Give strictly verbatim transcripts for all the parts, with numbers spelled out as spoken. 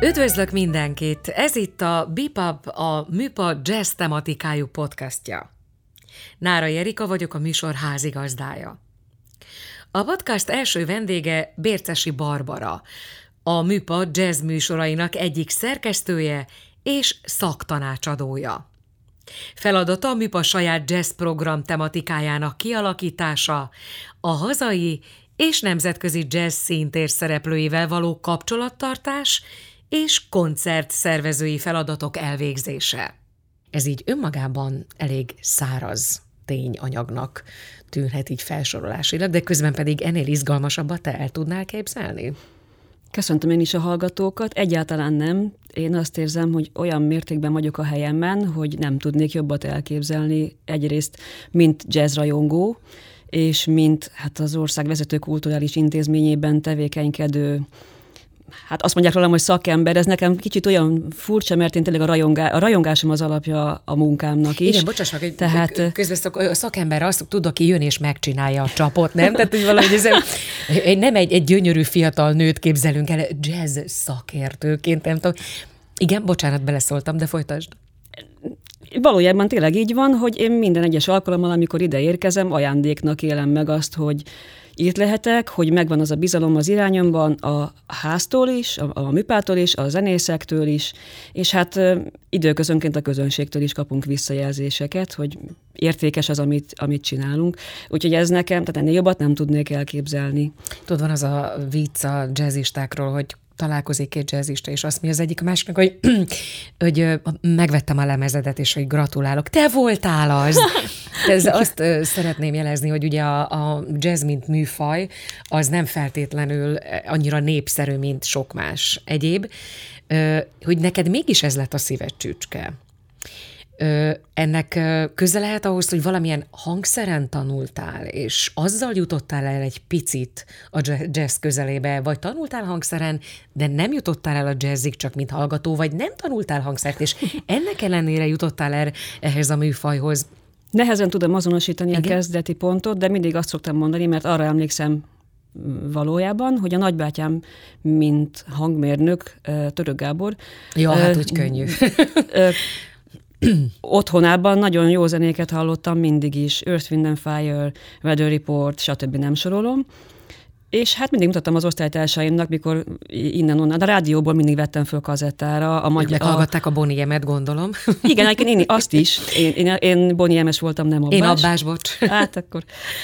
Üdvözlök mindenkit! Ez itt a Bipap, a Műpa jazz tematikájú podcastja. Nárai Erika vagyok, a műsor házigazdája. A podcast első vendége Bércesi Barbara, a Műpa jazz műsorainak egyik szerkesztője és szaktanácsadója. Feladata a Műpa saját jazz program tematikájának kialakítása, a hazai és nemzetközi jazz színtér szereplőivel való kapcsolattartás és koncert szervezői feladatok elvégzése. Ez így önmagában elég száraz tényanyagnak tűnhet így felsorolásilag, de közben pedig ennél izgalmasabbat te el tudnál képzelni? Köszöntöm én is a hallgatókat. Egyáltalán nem. Én azt érzem, hogy olyan mértékben vagyok a helyemben, hogy nem tudnék jobbat elképzelni egyrészt, mint jazzrajongó, és mint hát az ország vezető kulturális intézményében tevékenykedő, hát azt mondják rólam, hogy szakember, ez nekem kicsit olyan furcsa, mert én tényleg a, rajongá, a rajongásom az alapja a munkámnak is. Igen, bocsáss meg, hogy Tehát, közben a szakember azt tud, aki jön és megcsinálja a csapot, nem? Tehát, hogy valahogy ez, nem egy, egy gyönyörű fiatal nőt képzelünk el, jazz szakértőként, nem tudom. Igen, bocsánat, beleszóltam, de folytasd. Valójában tényleg így van, hogy én minden egyes alkalommal, amikor ide érkezem, ajándéknak élem meg azt, hogy itt lehetek, hogy megvan az a bizalom az irányomban a háztól is, a, a műpától is, a zenészektől is, és hát időközönként a közönségtől is kapunk visszajelzéseket, hogy értékes az, amit, amit csinálunk. Úgyhogy ez nekem, tehát ennél jobbat nem tudnék elképzelni. Tudod, van az a vicc a jazzistákról, hogy találkozik két jazzista, és azt mondja az egyik a másiknak, hogy, hogy megvettem a lemezedet, és hogy gratulálok. Te voltál az! Ez azt szeretném jelezni, hogy ugye a, a jazz, mint műfaj, az nem feltétlenül annyira népszerű, mint sok más egyéb, hogy neked mégis ez lett a szíved csücske. Ennek köze lehet ahhoz, hogy valamilyen hangszeren tanultál, és azzal jutottál el egy picit a jazz közelébe, vagy tanultál hangszeren, de nem jutottál el a jazzig csak mint hallgató, vagy nem tanultál hangszert, és ennek ellenére jutottál el ehhez a műfajhoz. Nehezen tudom azonosítani Igen? a kezdeti pontot, de mindig azt szoktam mondani, mert arra emlékszem valójában, hogy a nagybátyám, mint hangmérnök, Török Gábor. Ja, hát úgy könnyű. Otthonában nagyon jó zenéket hallottam mindig is, Earth, Wind and Fire, Weather Report, stb. Nem sorolom. És hát mindig mutattam az osztálytársaimnak, mikor innen-onnan, a rádióból mindig vettem föl kazettára. A magyar, meghallgatták a Bonnie M-et, gondolom. Igen, én azt is. Én, én, én Bonnie M-es voltam, nem abbás. Én abbás, bocs. Hát akkor...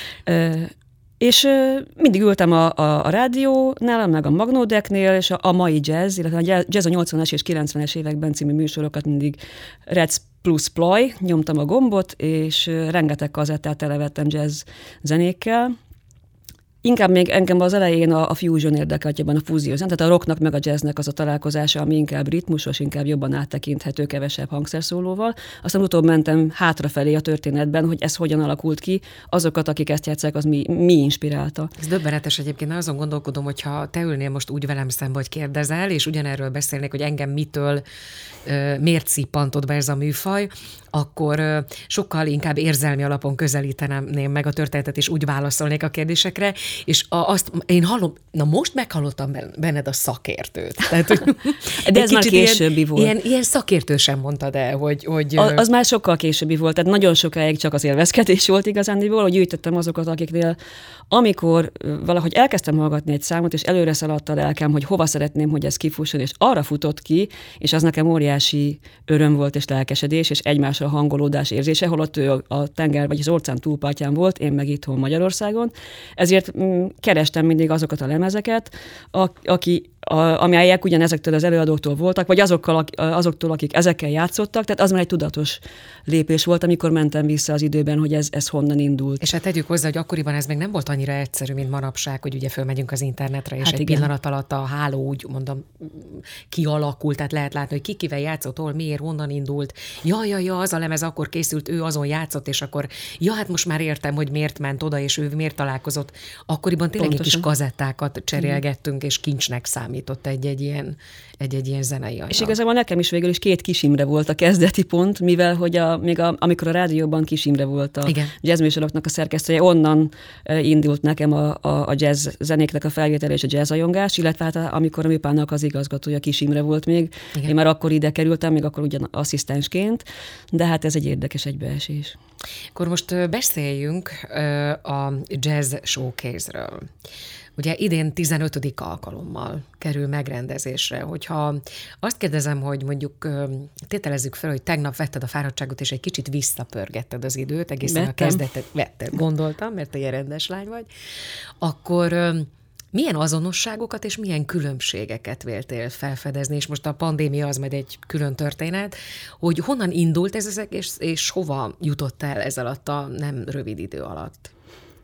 És mindig ültem a, a, a rádiónál, meg a Magnódeknél, és a, a mai jazz, illetve a jazz a nyolcvanas és kilencvenes években című műsorokat mindig Rec plus Ploy, nyomtam a gombot, és rengeteg kazettát televettem jazz zenékkel. Inkább még engem az elején a, a fusion érdekelt, jobban a fúzió, tehát a rocknak meg a jazznek az a találkozása, ami inkább ritmusos, inkább jobban áttekinthető, kevesebb hangszerszólóval. Aztán utóbb mentem hátrafelé a történetben, hogy ez hogyan alakult ki, azokat, akik ezt játsszák, az mi, mi inspirálta. Ez döbbenetes egyébként, azon gondolkodom, hogyha te ülnél most úgy velem szembe, hogy kérdezel, és ugyanerről beszélnék, hogy engem mitől, miért szippantott be ez a műfaj, akkor sokkal inkább érzelmi alapon közelíteném meg a történetet, és úgy válaszolnék a kérdésekre, és azt én hallom, na most meghallottam benned a szakértőt. Tehát, de ez már későbbi ilyen, volt. Ilyen, ilyen szakértő sem mondtad el, hogy... hogy az, az már sokkal későbbi volt, tehát nagyon sokáig csak az élvezkedés volt igazándiból, hogy gyűjtöttem azokat, akiknél, amikor valahogy elkezdtem hallgatni egy számot, és előre szaladt a lelkem, hogy hova szeretném, hogy ez kifusson, és arra futott ki, és az nekem óriási öröm volt, és lelkesedés, és egymásra hangolódás érzése, holott ő a tenger vagy az óceán túlpartján volt, én meg itthon Magyarországon. Ezért mm, kerestem mindig azokat a lemezeket, a, aki, a, amelyek ugyanezektől az előadóktól voltak, vagy azokkal, azoktól, akik ezekkel játszottak, tehát az már egy tudatos lépés volt, amikor mentem vissza az időben, hogy ez, ez honnan indult. És hát tegyük hozzá, hogy akkoriban ez még nem volt annyira egyszerű, mint manapság, hogy ugye fölmegyünk az internetre, és hát egy igen. pillanat alatt a háló úgy mondom kialakult, tehát lehet látni, hogy ki kivel játszott, hol, miért, honnan indult. Ja, ja, ja, az a lemez akkor készült, ő azon játszott, és akkor ja, hát most már értem, hogy miért ment oda, és ő miért találkozott Akkoriban tényleg Pontosan. egy kis kazettákat cserélgettünk, és kincsnek számított egy-egy ilyen, egy-egy ilyen zenei anyag. És igazából nekem is végül is két Kis Imre volt a kezdeti pont, mivel hogy a, még a, amikor a rádióban Kis Imre volt a Igen. jazzműsoroknak a szerkesztője, onnan indult nekem a, a, a jazz zenéknek a felvétele és a jazzajongás, illetve hát amikor a Műpának az igazgatója Kis Imre volt még. Igen. Én már akkor ide kerültem, még akkor ugyan asszisztensként, de hát ez egy érdekes egybeesés. Akkor most beszéljünk a Jazz Showcase-ről. Ugye idén tizenötödik alkalommal kerül megrendezésre. Hogyha azt kérdezem, hogy mondjuk tételezzük fel, hogy tegnap vetted a fáradtságot, és egy kicsit visszapörgetted az időt, egészen Vettem. a kezdetet vetted, gondoltam, mert te ilyen rendes lány vagy, akkor milyen azonosságokat és milyen különbségeket véltél felfedezni, és most a pandémia az majd egy külön történet, hogy honnan indult ez az egész, és hova jutott el ez alatt a nem rövid idő alatt?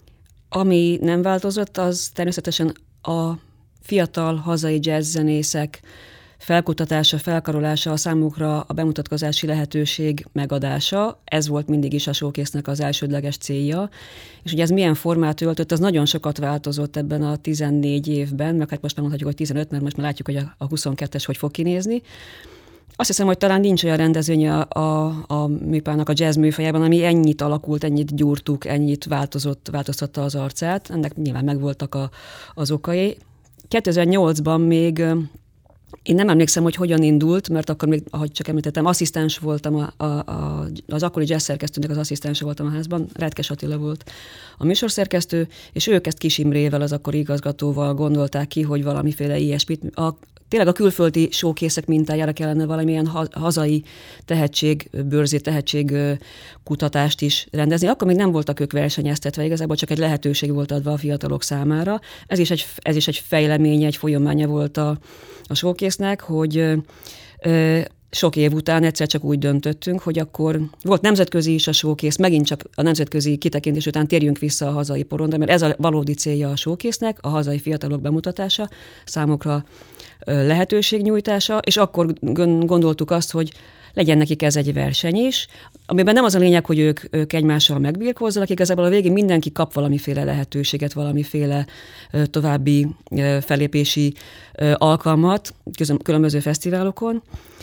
Ami nem változott, az természetesen a fiatal hazai jazzzenészek felkutatása, felkarolása, a számukra a bemutatkozási lehetőség megadása. Ez volt mindig is a showcase-nek az elsődleges célja. És ugye ez milyen formát öltött, az nagyon sokat változott ebben a tizennégy évben, meg hát most már mondhatjuk, hogy tizenöt, mert most már látjuk, hogy a huszonkettes hogy fog kinézni. Azt hiszem, hogy talán nincs olyan rendezvénye a, a, a Műpának a jazz műfajában, ami ennyit alakult, ennyit gyúrtuk, ennyit változott, változtatta az arcát. Ennek nyilván megvoltak a, az okai. kétezer-nyolcban még én nem emlékszem, hogy hogyan indult, mert akkor még, ahogy csak említettem, asszisztens voltam, a, a, a, az akkori jazz szerkesztőnek az asszisztense voltam a házban, Redkes Attila volt a műsorszerkesztő, és ők ezt Kis Imrével, az akkori igazgatóval gondolták ki, hogy valamiféle ilyesmit, a, tényleg a külföldi showkészek mintájára kellene valamilyen hazai tehetségbőrzét, tehetségkutatást is rendezni. Akkor még nem voltak ők versenyeztetve, igazából csak egy lehetőség volt adva a fiatalok számára. Ez is egy, ez is egy fejleménye, egy folyamánya volt a, a showkésznek, hogy ö, sok év után egyszer csak úgy döntöttünk, hogy akkor volt nemzetközi is a showcase, megint csak a nemzetközi kitekintés után térjünk vissza a hazai porondra, mert ez a valódi célja a showcase-nek, a hazai fiatalok bemutatása, számukra lehetőségnyújtása, és akkor gondoltuk azt, hogy legyen nekik ez egy verseny is, amiben nem az a lényeg, hogy ők, ők egymással megbirkózzanak, igazából a végén mindenki kap valamiféle lehetőséget, valamiféle további fellépési alkalmat különböző fesztiválokon,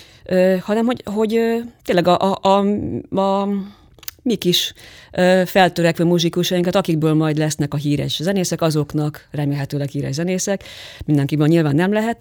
hanem hogy, hogy tényleg a, a, a, a mi kis feltörekvő muzsikusainkat, akikből majd lesznek a híres zenészek, azoknak, remélhetőleg híres zenészek, mindenkiből nyilván nem lehet,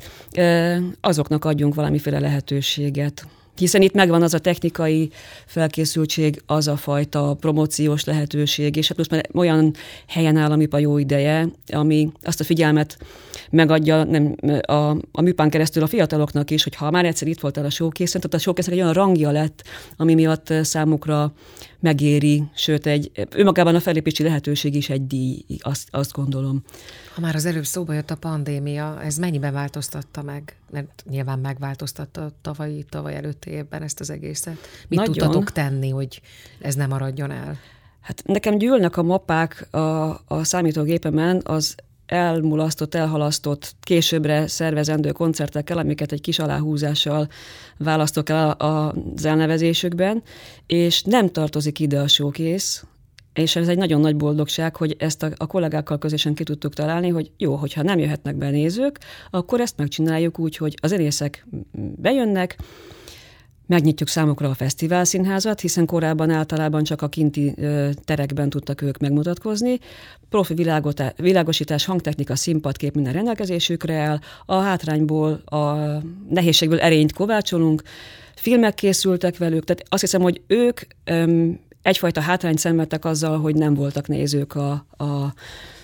azoknak adjunk valamiféle lehetőséget. Hiszen itt megvan az a technikai felkészültség, az a fajta promóciós lehetőség, és hát most már olyan helyen áll a Műpa jó ideje, ami azt a figyelmet megadja nem, a, a Műpán keresztül a fiataloknak is, hogy ha már egyszer itt voltál a showcase-en, tehát a showcase-nek egy olyan rangja lett, ami miatt számukra megéri, sőt, egy, önmagában a fellépési lehetőség is egy díj, azt, azt gondolom. Ha már az előbb szóba jött a pandémia, ez mennyiben változtatta meg? Mert nyilván megváltoztatta tavalyi, tavaly előtti évben ezt az egészet. Mit Nagyon. tudtatok tenni, hogy ez ne maradjon el? Hát nekem gyűlnek a mappák a, a számítógépemen az elmulasztott, elhalasztott, későbbre szervezendő koncertekkel, amiket egy kis aláhúzással választok el az elnevezésükben, és nem tartozik ide a showcase, és ez egy nagyon nagy boldogság, hogy ezt a, a kollégákkal közösen ki tudtuk találni, hogy jó, hogyha nem jöhetnek be nézők, akkor ezt megcsináljuk úgy, hogy az zenészek bejönnek, megnyitjuk számukra a fesztiválszínházat, hiszen korábban általában csak a kinti ö, terekben tudtak ők megmutatkozni. Profi világosítás, hangtechnika, színpadkép minden rendelkezésükre áll. A hátrányból, a nehézségből erényt kovácsolunk. Filmek készültek velük, tehát azt hiszem, hogy ők ö, egyfajta hátrányt szenvedtek azzal, hogy nem voltak nézők a, a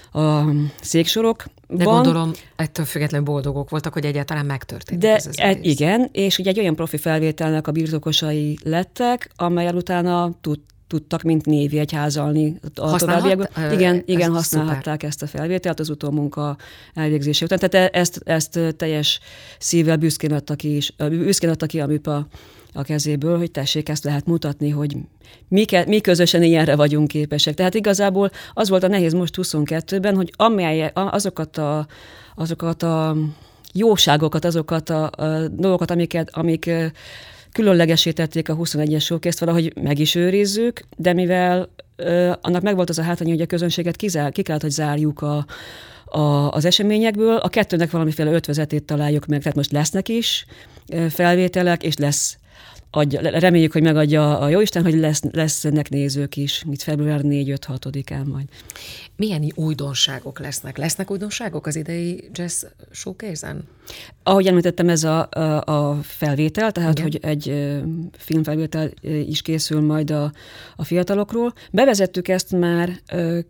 a széksorokban. De gondolom, ettől függetlenül boldogok voltak, hogy egyáltalán megtörtént De ez az egész. igen, és ugye egy olyan profi felvételnek a birtokosai lettek, amelyel utána tud, tudtak, mint névjegyházalni a továbbiakban. Igen, igen, használhatták szuper. Ezt a felvételt az utómunka elvégzése után. Tehát ezt, ezt teljes szívvel büszkén adta ki, is, büszkén adta ki a Műpa a kezéből, hogy tessék, ezt lehet mutatni, hogy mi, ke, mi közösen ilyenre vagyunk képesek. Tehát igazából az volt a nehéz most huszonkettőben, hogy amely, azokat, a, azokat a jóságokat, azokat a, a dolgokat, amiket, amik különlegesítették a huszonegyes showcase-t, valahogy meg is őrizzük, de mivel annak megvolt az a hátránya, hogy a közönséget kizár, ki kellett, hogy zárjuk a, a, az eseményekből. A kettőnek valamiféle ötvözetét találjuk meg, tehát most lesznek is felvételek, és lesz, adja, reméljük, hogy megadja a Jóisten, hogy lesz, lesznek nézők is, itt február négy öt hatodikán majd. Milyen újdonságok lesznek? Lesznek újdonságok az idei Jazz Showcase-en? Ahogy említettem, ez a, a, a felvétel, tehát igen, hogy egy uh, filmfelvétel is készül majd a, a fiatalokról. Bevezettük ezt már uh,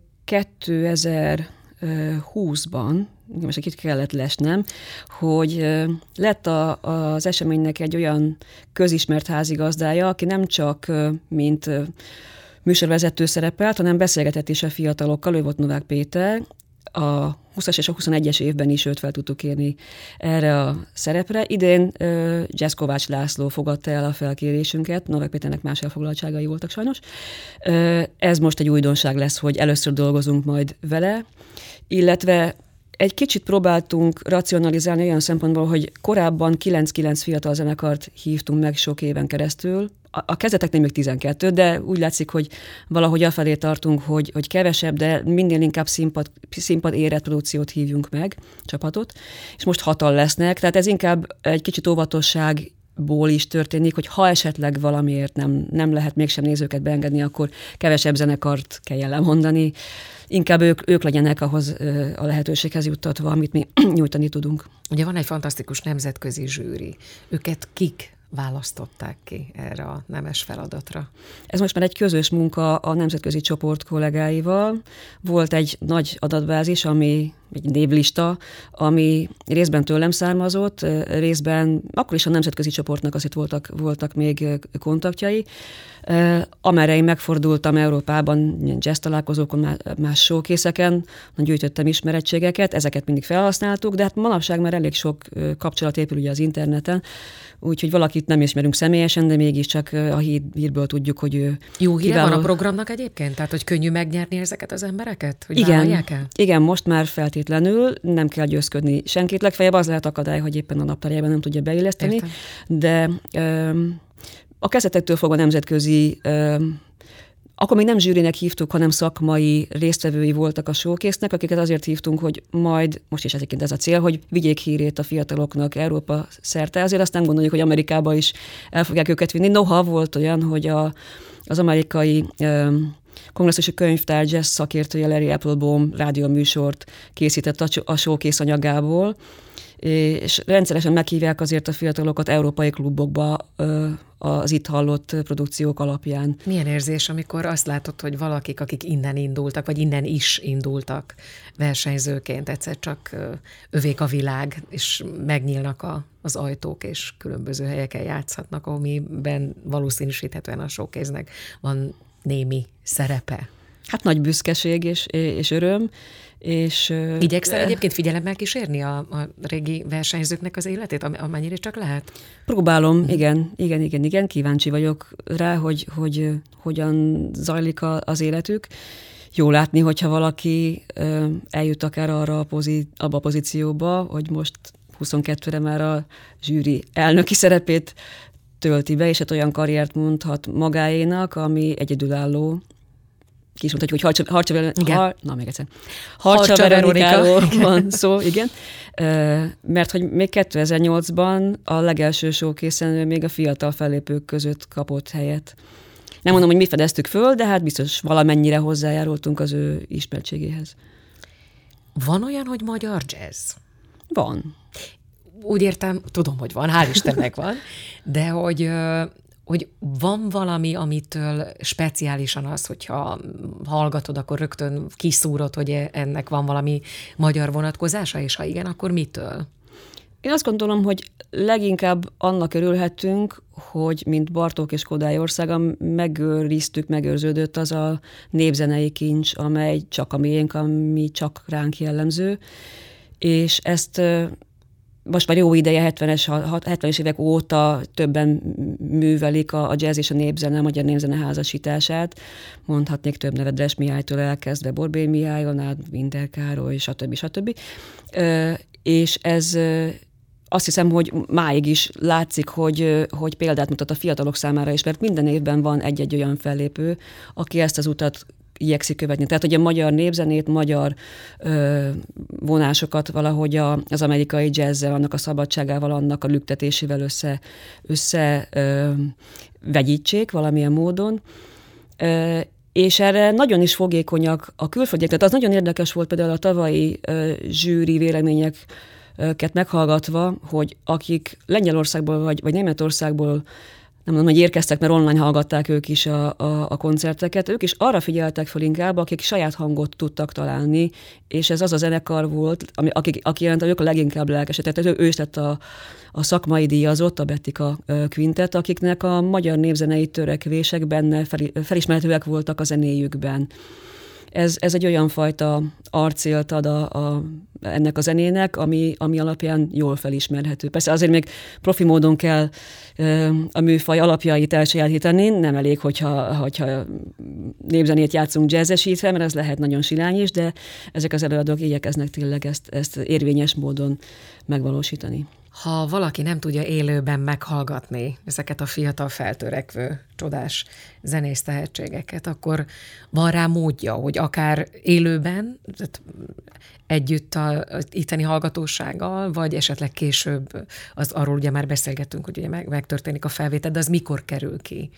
kétezer-húszban, most egy kicsit kellett lesnem, hogy lett a, az eseménynek egy olyan közismert házigazdája, aki nem csak mint műsorvezető szerepelt, hanem beszélgetett is a fiatalokkal, ő volt Novák Péter. A huszas és a huszonegyes évben is őt fel tudtuk kérni erre a szerepre. Idén uh, Jazz Kovács László fogadta el a felkérésünket, Novák Péternek más elfoglaltságai voltak sajnos. Uh, ez most egy újdonság lesz, hogy először dolgozunk majd vele, illetve egy kicsit próbáltunk racionalizálni olyan szempontból, hogy korábban kilenc-kilenc fiatal zenekart hívtunk meg sok éven keresztül. A, a kezdeteknél még tizenkettő, de úgy látszik, hogy valahogy afelé tartunk, hogy, hogy kevesebb, de minél inkább színpad, színpad érett produkciót hívjunk meg, csapatot, és most hatan lesznek, tehát ez inkább egy kicsit óvatosság ból is történik, hogy ha esetleg valamiért nem, nem lehet mégsem nézőket beengedni, akkor kevesebb zenekart kell lemondani. Inkább ők, ők legyenek ahhoz a lehetőséghez juttatva, amit mi nyújtani tudunk. Ugye van egy fantasztikus nemzetközi zsűri. Őket kik választották ki erre a nemes feladatra? Ez most már egy közös munka a nemzetközi csoport kollégáival. Volt egy nagy adatbázis, ami egy névlista, ami részben tőlem származott, részben akkor is a nemzetközi csoportnak azért voltak, voltak még kontaktjai. Amerre én megfordultam Európában, jazz találkozókon, más showkészeken, gyűjtöttem ismerettségeket, ezeket mindig felhasználtuk, de hát manapság már elég sok kapcsolat épül ugye az interneten, úgyhogy valakit nem ismerünk személyesen, de mégiscsak a hír, hírből tudjuk, hogy ő Jó híre kiváló. Van a programnak egyébként? Tehát, hogy könnyű megnyerni ezeket az embereket? Hogy igen, el? igen, most már feltétlenül nem kell győzködni senkit, legfeljebb az lehet akadály, hogy éppen a naptárjában nem tudja beilleszteni, értem, de öm, a kezdetektől fogva nemzetközi, öm, akkor még nem zsűrinek hívtuk, hanem szakmai résztvevői voltak a showkésznek, akiket azért hívtunk, hogy majd, most is egyébként ez a cél, hogy vigyék hírét a fiataloknak Európa szerte. Azért azt nem gondoljuk, hogy Amerikába is el fogják őket vinni. Noha volt olyan, hogy a, az amerikai öm, kongresszusi könyvtár jazz szakértője Larry Applebaum rádióműsort készített a showkész anyagából, és rendszeresen meghívják azért a fiatalokat európai klubokba az itt hallott produkciók alapján. Milyen érzés, amikor azt látod, hogy valakik, akik innen indultak, vagy innen is indultak versenyzőként, egyszer csak övék a világ, és megnyílnak a, az ajtók, és különböző helyeken játszhatnak, amiben valószínűsíthetően a showkéznek van némi szerepe. Hát nagy büszkeség és, és öröm. És, Igyekszel uh, egyébként figyelemmel kísérni a, a régi versenyzőknek az életét, amennyire csak lehet? Próbálom, mm. igen, igen, igen, igen, kíváncsi vagyok rá, hogy, hogy hogyan zajlik a, az életük. Jó látni, hogyha valaki uh, eljut akár arra a, pozí, abba a pozícióba, hogy most huszonkettőre már a zsűri elnöki szerepét tölti be, és hát olyan karriert mondhat magáénak, ami egyedülálló. Ki is mondhatjuk, hogy Harcsa Veronika, har, na még egyszer, Harcsa Veronikáról van szó, igen, mert hogy még kétezer-nyolcban a legelső showkészen ő még a fiatal fellépők között kapott helyet. Nem mondom, hogy mi fedeztük föl, de hát biztos valamennyire hozzájárultunk az ő ismertségéhez. Van olyan, hogy magyar jazz? Van. Úgy értem, tudom, hogy van, hál' Istennek van, de hogy... hogy van valami, amitől speciálisan az, hogyha hallgatod, akkor rögtön kiszúrod, hogy ennek van valami magyar vonatkozása, és ha igen, akkor mitől? Én azt gondolom, hogy leginkább annak örülhetünk, hogy mint Bartók és Kodály országa megőriztük, megőrződött az a népzenei kincs, amely csak a miénk, ami csak ránk jellemző, és ezt most már jó ideje, hetvenes, hetvenes évek óta többen művelik a, a jazz és a népzene, a magyar népzene házasítását. Mondhatnék több nevet, Dres Mihálytól elkezdve, Borbély Mihályon át, Winter Károly, stb. stb. Ö, és ez ö, azt hiszem, hogy máig is látszik, hogy, hogy példát mutat a fiatalok számára is, mert minden évben van egy-egy olyan fellépő, aki ezt az utat igyekszik követni. Tehát, hogy a magyar népzenét, magyar ö, vonásokat valahogy a, az amerikai jazzzel, annak a szabadságával, annak a lüktetésével össze, össze ö, vegyítsék valamilyen módon. Ö, és erre nagyon is fogékonyak a külföldiek. Tehát az nagyon érdekes volt például a tavalyi ö, zsűri véleményeket meghallgatva, hogy akik Lengyelországból vagy, vagy Németországból nem mondom, hogy érkeztek, mert online hallgatták ők is a, a, a koncerteket, ők is arra figyeltek fel inkább, akik saját hangot tudtak találni, és ez az a zenekar volt, ami, akik, aki jelent, ők a leginkább lelkesedett. Tehát ő, ő is lett a, a szakmai díjazott, a Bettika Quintet, akiknek a magyar népzenei törekvések benne fel, felismerhetőek voltak a zenéjükben. Ez, ez egy olyan fajta arcélt ad a, a, ennek a zenének, ami, ami alapján jól felismerhető. Persze azért még profi módon kell a műfaj alapjait elsajátítani, nem elég, hogyha, hogyha népzenét játszunk jazzesítve, mert ez lehet nagyon silány is, de ezek az előadók igyekeznek tényleg ezt, ezt érvényes módon megvalósítani. Ha valaki nem tudja élőben meghallgatni ezeket a fiatal feltörekvő, csodás zenész tehetségeket, akkor van rá módja, hogy akár élőben, együtt az itteni hallgatósággal, vagy esetleg később, az arról ugye már beszélgettünk, hogy ugye meg, megtörténik a felvétel, de az mikor kerül ki?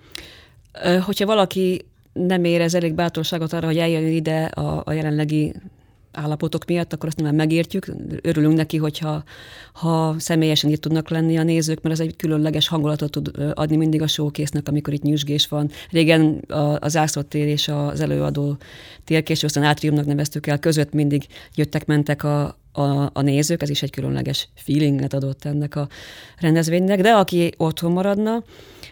Hogyha valaki nem érez elég bátorságot arra, hogy eljön ide a, a jelenlegi állapotok miatt, akkor azt nem megértjük. Örülünk neki, hogyha ha személyesen itt tudnak lenni a nézők, mert ez egy különleges hangulatot tud adni mindig a showkésznek, amikor itt nyüzsgés van. Régen a, a zászlótér és az előadó térkés, aztán átriumnak neveztük el, között mindig jöttek-mentek a, a, a nézők, ez is egy különleges feelinget adott ennek a rendezvénynek, de aki otthon maradna,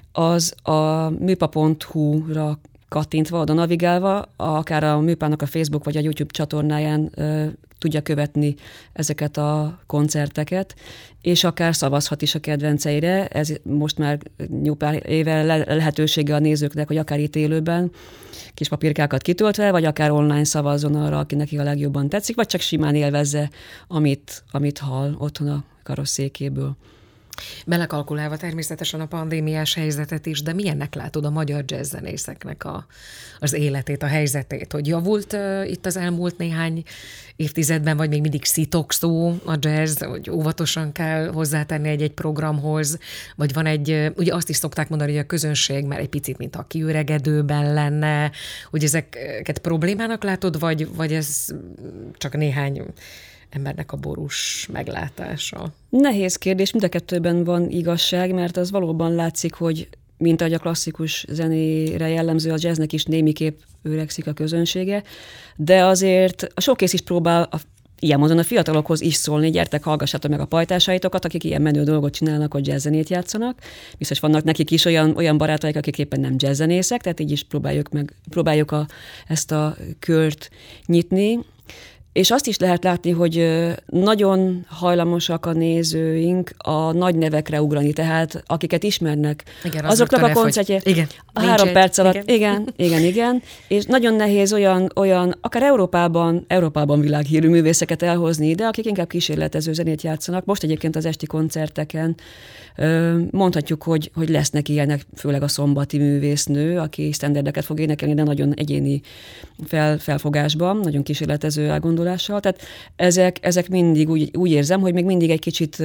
az a műpa pont hu-ra kattintva, oda navigálva, akár a Műpának a Facebook vagy a YouTube csatornáján ö, tudja követni ezeket a koncerteket, és akár szavazhat is a kedvenceire. Ez most már jó pár éve le- lehetősége a nézőknek, hogy akár itt élőben kis papírkákat kitöltve, vagy akár online szavazzon arra, aki neki a legjobban tetszik, vagy csak simán élvezze, amit, amit hall otthon a karosszékéből. Belekalkulálva természetesen a pandémiás helyzetet is, de milyennek látod a magyar jazzzenészeknek a, az életét, a helyzetét? Hogy javult uh, itt az elmúlt néhány évtizedben, vagy még mindig szitokszó a jazz, hogy óvatosan kell hozzátenni egy-egy programhoz, vagy van egy, uh, ugye azt is szokták mondani, hogy a közönség már egy picit, mint a kiöregedőben lenne, hogy ezeket problémának látod, vagy, vagy ez csak néhány embernek a borús meglátása? Nehéz kérdés, mind a kettőben van igazság, mert az valóban látszik, hogy mint ahogy a klasszikus zenére jellemző, a jazznek is némiképp öregszik a közönsége, de azért a showkész is próbál a, ilyen módon a fiatalokhoz is szólni, gyertek, hallgassátok meg a pajtásaitokat, akik ilyen menő dolgot csinálnak, hogy jazzzenét játszanak. Biztos vannak nekik is olyan, olyan barátaik, akik éppen nem jazzzenészek, tehát így is próbáljuk, meg, próbáljuk a, ezt a kört nyitni. És azt is lehet látni, hogy nagyon hajlamosak a nézőink a nagy nevekre ugrani, tehát akiket ismernek. Igen, az azoknak a koncertje a három perc alatt. Igen. igen, igen, igen. És nagyon nehéz olyan, olyan akár Európában, Európában világhírű művészeket elhozni ide, akik inkább kísérletező zenét játszanak. Most egyébként az esti koncerteken mondhatjuk, hogy, hogy lesznek ilyenek, főleg a szombati művésznő, aki sztenderdeket fog énekelni, de nagyon egyéni fel, felfogásban, nagyon kísérletező elgondolással. Tehát ezek, ezek mindig úgy, úgy érzem, hogy még mindig egy kicsit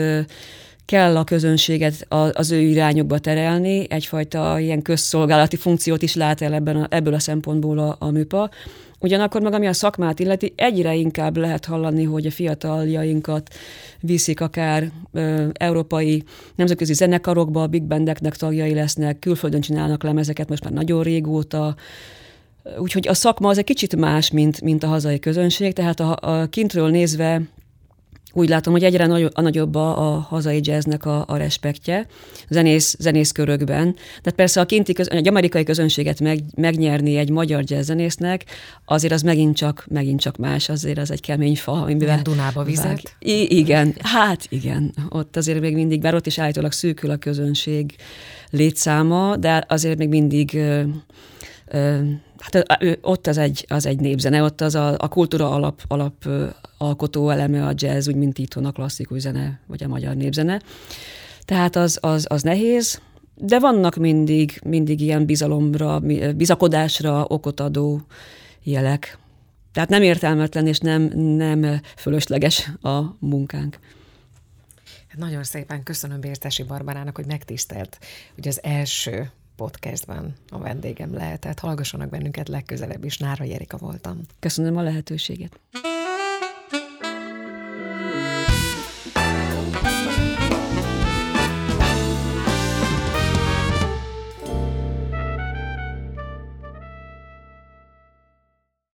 kell a közönséget az ő irányokba terelni, egyfajta ilyen közszolgálati funkciót is lát el ebben a, ebből a szempontból a, a műpa. Ugyanakkor meg, ami a szakmát illeti, egyre inkább lehet hallani, hogy a fiataljainkat viszik akár ö, európai nemzetközi zenekarokba, big bandeknek tagjai lesznek, külföldön csinálnak lemezeket most már nagyon régóta. Úgyhogy a szakma az egy kicsit más, mint, mint a hazai közönség, tehát a, a kintről nézve úgy látom, hogy egyre nagy, a nagyobb a, a hazai jazznek a, a respektje zenész, zenészkörökben. De persze a kinti köz, egy amerikai közönséget meg, megnyerni egy magyar jazzzenésznek, azért az megint csak, megint csak más, azért az egy kemény fa. Amiben Dunába vizet? I- igen, hát igen. Ott azért még mindig, bár ott is állítólag szűkül a közönség létszáma, de azért még mindig... Ö, ö, Hát ott az egy, az egy népzene, ott az a, a kultúra alap, alap alkotó eleme a jazz, úgy mint itthon a klasszikus zene, vagy a magyar népzene. Tehát az, az, az nehéz, de vannak mindig, mindig ilyen bizalomra, bizakodásra okot adó jelek. Tehát nem értelmetlen és nem, nem fölösleges a munkánk. Nagyon szépen köszönöm Bértessy Barbarának, hogy megtisztelt, hogy az első podcastban a vendégem lehetett. Hallgassanak bennünket legközelebb is. Nárai Erika voltam. Köszönöm a lehetőséget.